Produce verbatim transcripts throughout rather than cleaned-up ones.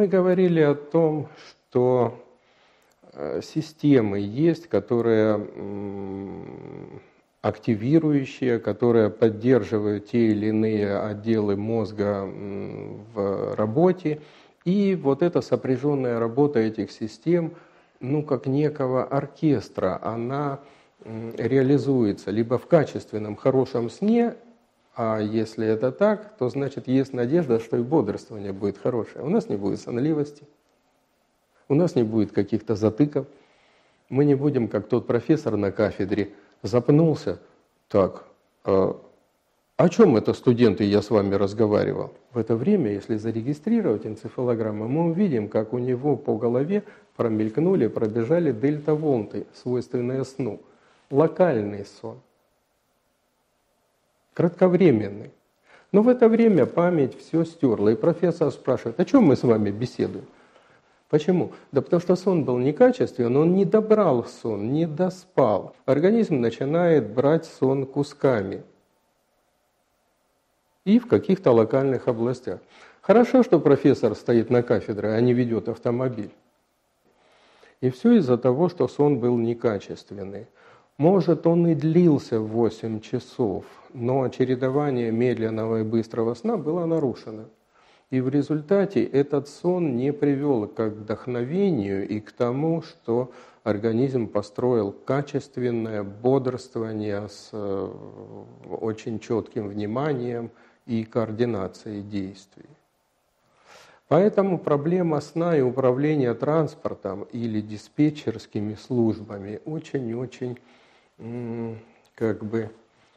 Мы говорили о том, что системы есть, которые активирующие, которые поддерживают те или иные отделы мозга в работе. И вот эта сопряженная работа этих систем, ну, как некого оркестра, она реализуется либо в качественном, хорошем сне, а если это так, то значит есть надежда, что и бодрствование будет хорошее. У нас не будет сонливости, у нас не будет каких-то затыков, мы не будем, как тот профессор на кафедре, запнулся. Так, а о чем это, студенты, я с вами разговаривал? В это время, если зарегистрировать энцефалограмму, мы увидим, как у него по голове промелькнули, пробежали дельта-волны, свойственные сну. Локальный сон. Кратковременный. Но в это время память все стерла. И профессор спрашивает, о чем мы с вами беседуем? Почему? Да потому что сон был некачественный, он не добрал сон, не доспал. Организм начинает брать сон кусками. И в каких-то локальных областях. Хорошо, что профессор стоит на кафедре, а не ведет автомобиль. И все из-за того, что сон был некачественный. Может, он и длился восемь часов, но чередование медленного и быстрого сна было нарушено. И в результате этот сон не привел к вдохновению и к тому, что организм построил качественное бодрствование с очень четким вниманием и координацией действий. Поэтому проблема сна и управления транспортом или диспетчерскими службами очень-очень как бы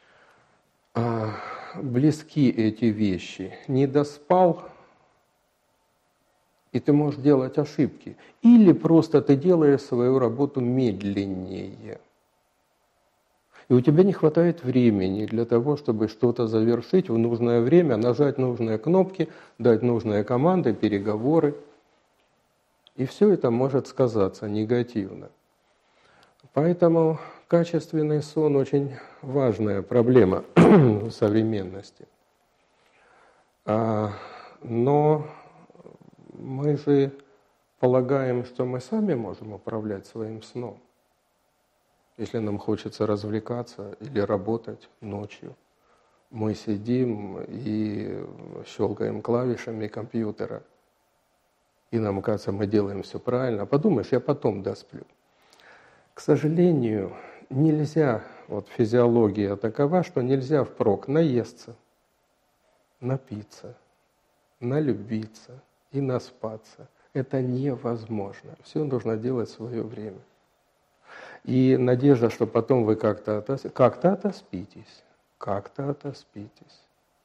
близки эти вещи. Не доспал, и ты можешь делать ошибки. Или просто ты делаешь свою работу медленнее. И у тебя не хватает времени для того, чтобы что-то завершить в нужное время, нажать нужные кнопки, дать нужные команды, переговоры. И все это может сказаться негативно. Поэтому качественный сон очень важная проблема в современности. Но мы же полагаем, что мы сами можем управлять своим сном. Если нам хочется развлекаться или работать ночью, мы сидим и щелкаем клавишами компьютера, и нам кажется, мы делаем все правильно. Подумаешь, я потом досплю. К сожалению, нельзя, вот физиология такова, что нельзя впрок наесться, напиться, налюбиться и наспаться. Это невозможно. Все нужно делать в свое время. И надежда, что потом вы как-то отос... как-то отоспитесь, как-то отоспитесь.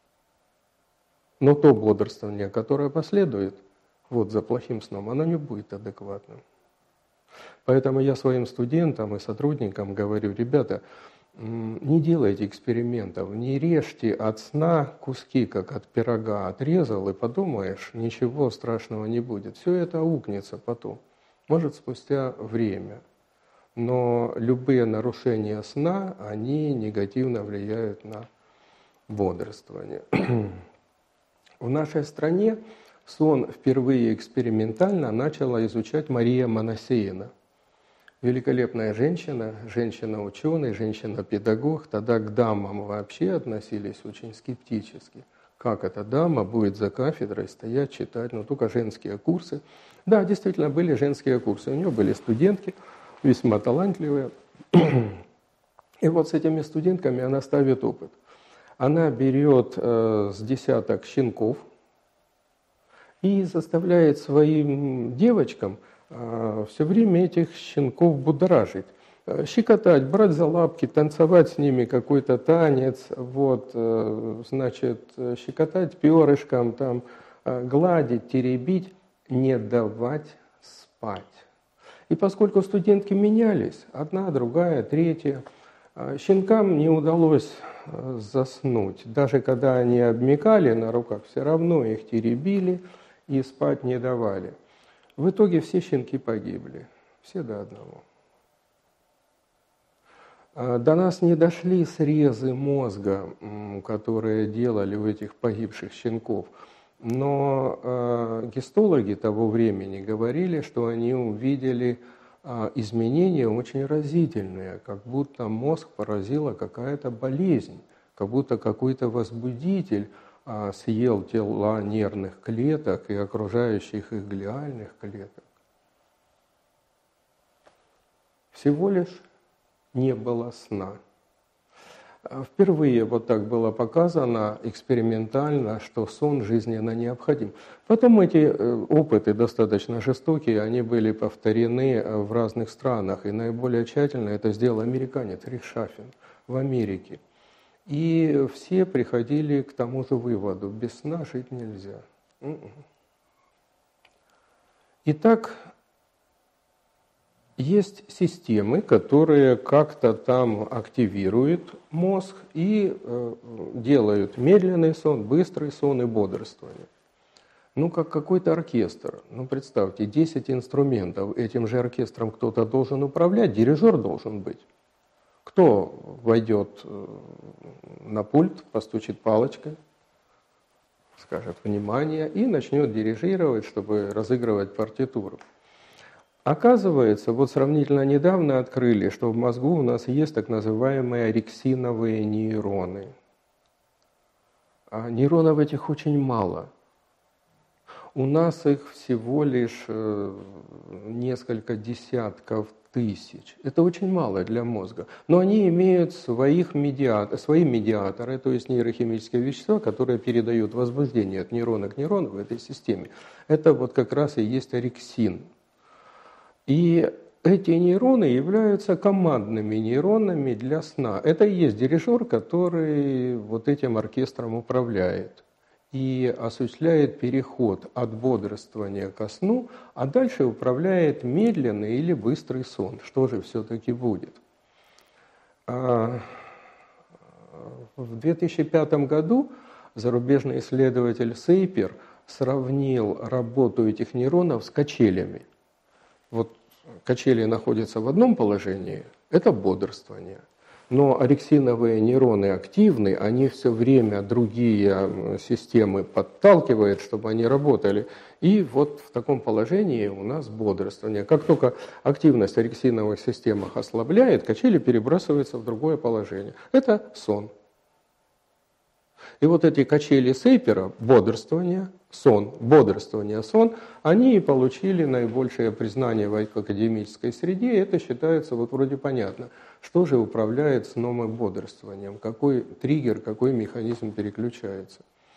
Но то бодрствование, которое последует вот за плохим сном, оно не будет адекватным. Поэтому я своим студентам и сотрудникам говорю, ребята, не делайте экспериментов, не режьте от сна куски, как от пирога отрезал, и подумаешь, ничего страшного не будет. Все это аукнется потом, может спустя время. Но любые нарушения сна, они негативно влияют на бодрствование. В нашей стране сон впервые экспериментально начала изучать Мария Моносеина. Великолепная женщина, женщина-ученый, женщина-педагог. Тогда к дамам вообще относились очень скептически. Как эта дама будет за кафедрой стоять, читать, но только женские курсы. Да, действительно, были женские курсы. У нее были студентки, весьма талантливые. И вот с этими студентками она ставит опыт. Она берет э, с десяток щенков и заставляет своим девочкам э, все время этих щенков будоражить. Э, щекотать, брать за лапки, танцевать с ними какой-то танец, вот, э, значит, щекотать перышком, там, э, гладить, теребить, не давать спать. И поскольку студентки менялись, одна, другая, третья, щенкам не удалось заснуть. Даже когда они обмякали на руках, все равно их теребили и спать не давали. В итоге все щенки погибли, все до одного. До нас не дошли срезы мозга, которые делали у этих погибших щенков. Но э, гистологи того времени говорили, что они увидели э, изменения очень разительные, как будто мозг поразила какая-то болезнь, как будто какой-то возбудитель э, съел тела нервных клеток и окружающих их глиальных клеток. Всего лишь не было сна. Впервые вот так было показано экспериментально, что сон жизненно необходим. Потом эти опыты достаточно жестокие, они были повторены в разных странах. И наиболее тщательно это сделал американец Рихтшафен в Америке. И все приходили к тому же выводу: без сна жить нельзя. Итак, есть системы, которые как-то там активируют мозг и э, делают медленный сон, быстрый сон и бодрствование. Ну, как какой-то оркестр. Ну, представьте, десять инструментов. Этим же оркестром кто-то должен управлять, дирижер должен быть. Кто войдет на пульт, постучит палочкой, скажет «внимание» и начнет дирижировать, чтобы разыгрывать партитуру. Оказывается, вот сравнительно недавно открыли, что в мозгу у нас есть так называемые орексиновые нейроны. А нейронов этих очень мало. У нас их всего лишь несколько десятков тысяч. Это очень мало для мозга. Но они имеют своих медиатор, свои медиаторы, то есть нейрохимические вещества, которые передают возбуждение от нейрона к нейрону в этой системе. Это вот как раз и есть орексин. И эти нейроны являются командными нейронами для сна. Это и есть дирижер, который вот этим оркестром управляет и осуществляет переход от бодрствования ко сну, а дальше управляет медленный или быстрый сон. Что же все-таки будет? В две тысячи пятом году зарубежный исследователь Сейпер сравнил работу этих нейронов с качелями. Вот качели находятся в одном положении, это бодрствование. Но орексиновые нейроны активны, они все время другие системы подталкивают, чтобы они работали. И вот в таком положении у нас бодрствование. Как только активность орексиновых систем ослабляет, качели перебрасываются в другое положение. Это сон. И вот эти качели Сейпера, бодрствование, сон, бодрствование, сон, они и получили наибольшее признание в академической среде. И это считается вот вроде понятно. Что же управляет сном и бодрствованием? Какой триггер, какой механизм переключается?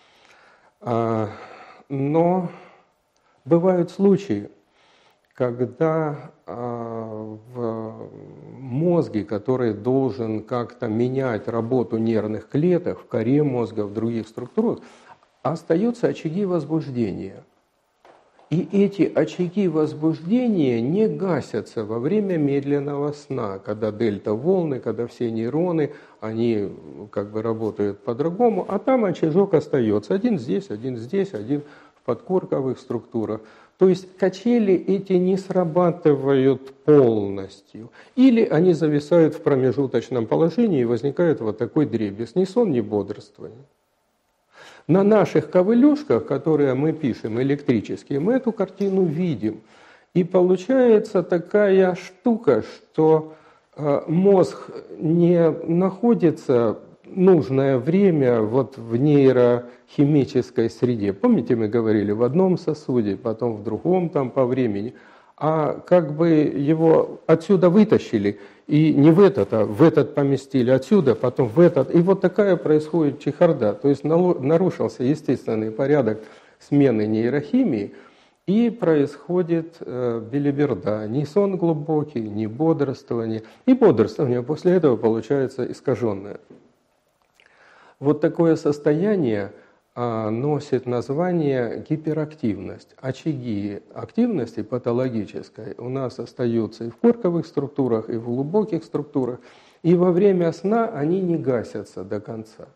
Но бывают случаи, когда в мозге, который должен как-то менять работу нервных клеток, в коре мозга, в других структурах, остаются очаги возбуждения. И эти очаги возбуждения не гасятся во время медленного сна, когда дельта-волны, когда все нейроны, они как бы работают по-другому, а там очажок остается. Один здесь, один здесь, один в подкорковых структурах. То есть качели эти не срабатывают полностью. Или они зависают в промежуточном положении и возникает вот такой дребезг. Ни сон, ни бодрствование. На наших ковылюшках, которые мы пишем электрические, мы эту картину видим. И получается такая штука, что мозг не находится нужное время вот в нейрохимической среде. Помните, мы говорили, в одном сосуде, потом в другом там по времени. А как бы его отсюда вытащили, и не в этот, а в этот поместили, отсюда, потом в этот. И вот такая происходит чехарда. То есть нарушился естественный порядок смены нейрохимии, и происходит э, белиберда. Ни сон глубокий, ни бодрствование. И бодрствование после этого получается искаженное. Вот такое состояние а, носит название гиперактивность. Очаги активности патологической у нас остаются и в корковых структурах, и в глубоких структурах. И во время сна они не гасятся до конца.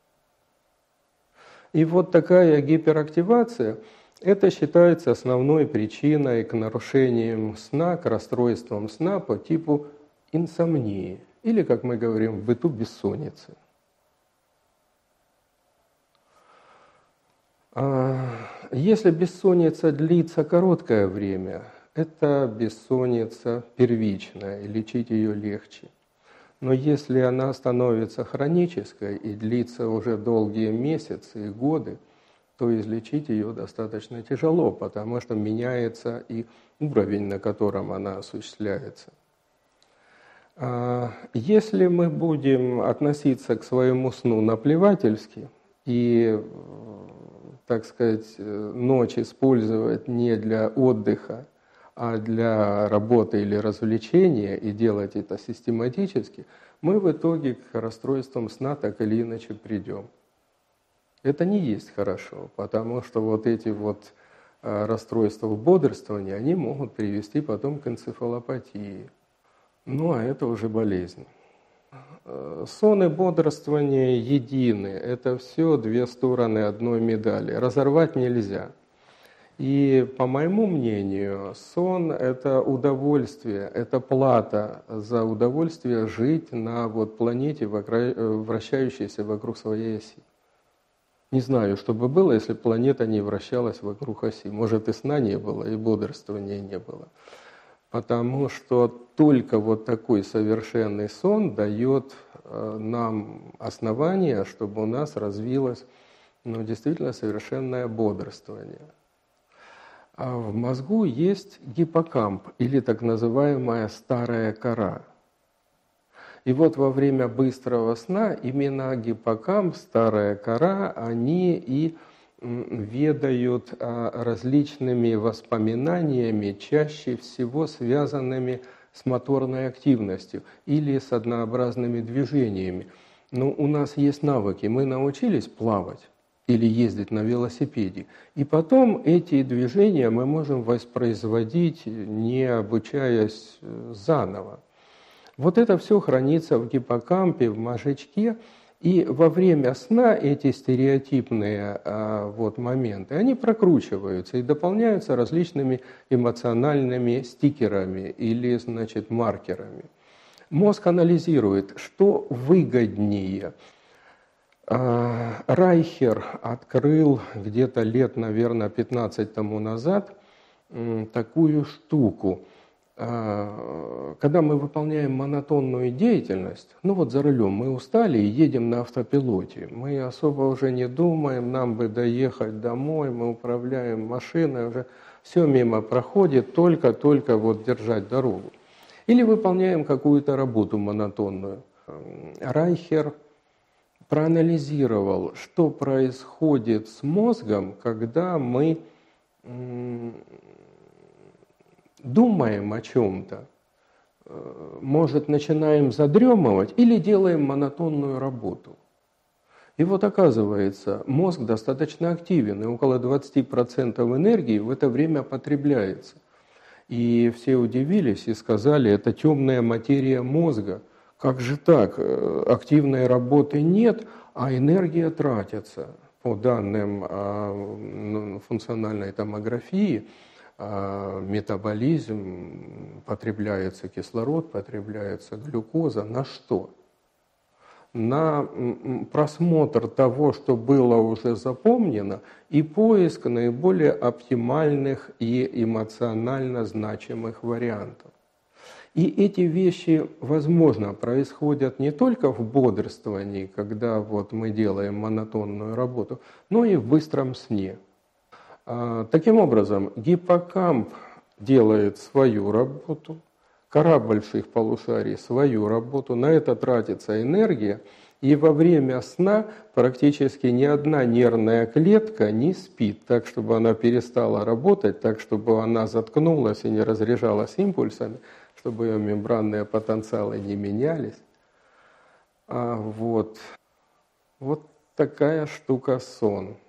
И вот такая гиперактивация, это считается основной причиной к нарушениям сна, к расстройствам сна по типу инсомнии. Или, как мы говорим в быту, бессонницы. Если бессонница длится короткое время, это бессонница первичная, и лечить ее легче. Но если она становится хронической и длится уже долгие месяцы и годы, то излечить ее достаточно тяжело, потому что меняется и уровень, на котором она осуществляется. Если мы будем относиться к своему сну наплевательски и, так сказать, ночь использовать не для отдыха, а для работы или развлечения, и делать это систематически, мы в итоге к расстройствам сна так или иначе придем. Это не есть хорошо, потому что вот эти вот расстройства бодрствования, они могут привести потом к энцефалопатии. Ну, а это уже болезнь. Сон и бодрствование едины. Это все две стороны одной медали. Разорвать нельзя. И, по моему мнению, сон – это удовольствие, это плата за удовольствие жить на вот планете, вращающейся вокруг своей оси. Не знаю, что бы было, если планета не вращалась вокруг оси. Может, и сна не было, и бодрствования не было. Потому что только вот такой совершенный сон дает нам основание, чтобы у нас развилось, ну, действительно совершенное бодрствование. А в мозгу есть гиппокамп, или так называемая старая кора. И вот во время быстрого сна именно гиппокамп, старая кора, они и ведают различными воспоминаниями, чаще всего связанными с моторной активностью или с однообразными движениями. Но у нас есть навыки, мы научились плавать или ездить на велосипеде. И потом эти движения мы можем воспроизводить, не обучаясь заново. Вот это все хранится в гиппокампе, в мозжечке. И во время сна эти стереотипные а, вот, моменты, они прокручиваются и дополняются различными эмоциональными стикерами или, значит, маркерами. Мозг анализирует, что выгоднее. Райхер открыл где-то лет, наверное, пятнадцать тому назад такую штуку. Когда мы выполняем монотонную деятельность, ну вот за рулем мы устали и едем на автопилоте, мы особо уже не думаем, нам бы доехать домой, мы управляем машиной, уже все мимо проходит, только-только вот держать дорогу. Или выполняем какую-то работу монотонную. Райхер проанализировал, что происходит с мозгом, когда мы думаем о чем-то, может, начинаем задремывать или делаем монотонную работу. И вот оказывается, мозг достаточно активен, и около двадцать процентов энергии в это время потребляется. И все удивились и сказали, это темная материя мозга. Как же так? Активной работы нет, а энергия тратится. По данным функциональной томографии, метаболизм, потребляется кислород, потребляется глюкоза. На что? На просмотр того, что было уже запомнено, и поиск наиболее оптимальных и эмоционально значимых вариантов. И эти вещи, возможно, происходят не только в бодрствовании, когда вот мы делаем монотонную работу, но и в быстром сне. Таким образом, гиппокамп делает свою работу, кора больших полушарий свою работу, на это тратится энергия, и во время сна практически ни одна нервная клетка не спит так, чтобы она перестала работать, так, чтобы она заткнулась и не разряжалась импульсами, чтобы ее мембранные потенциалы не менялись. А вот, вот такая штука сон.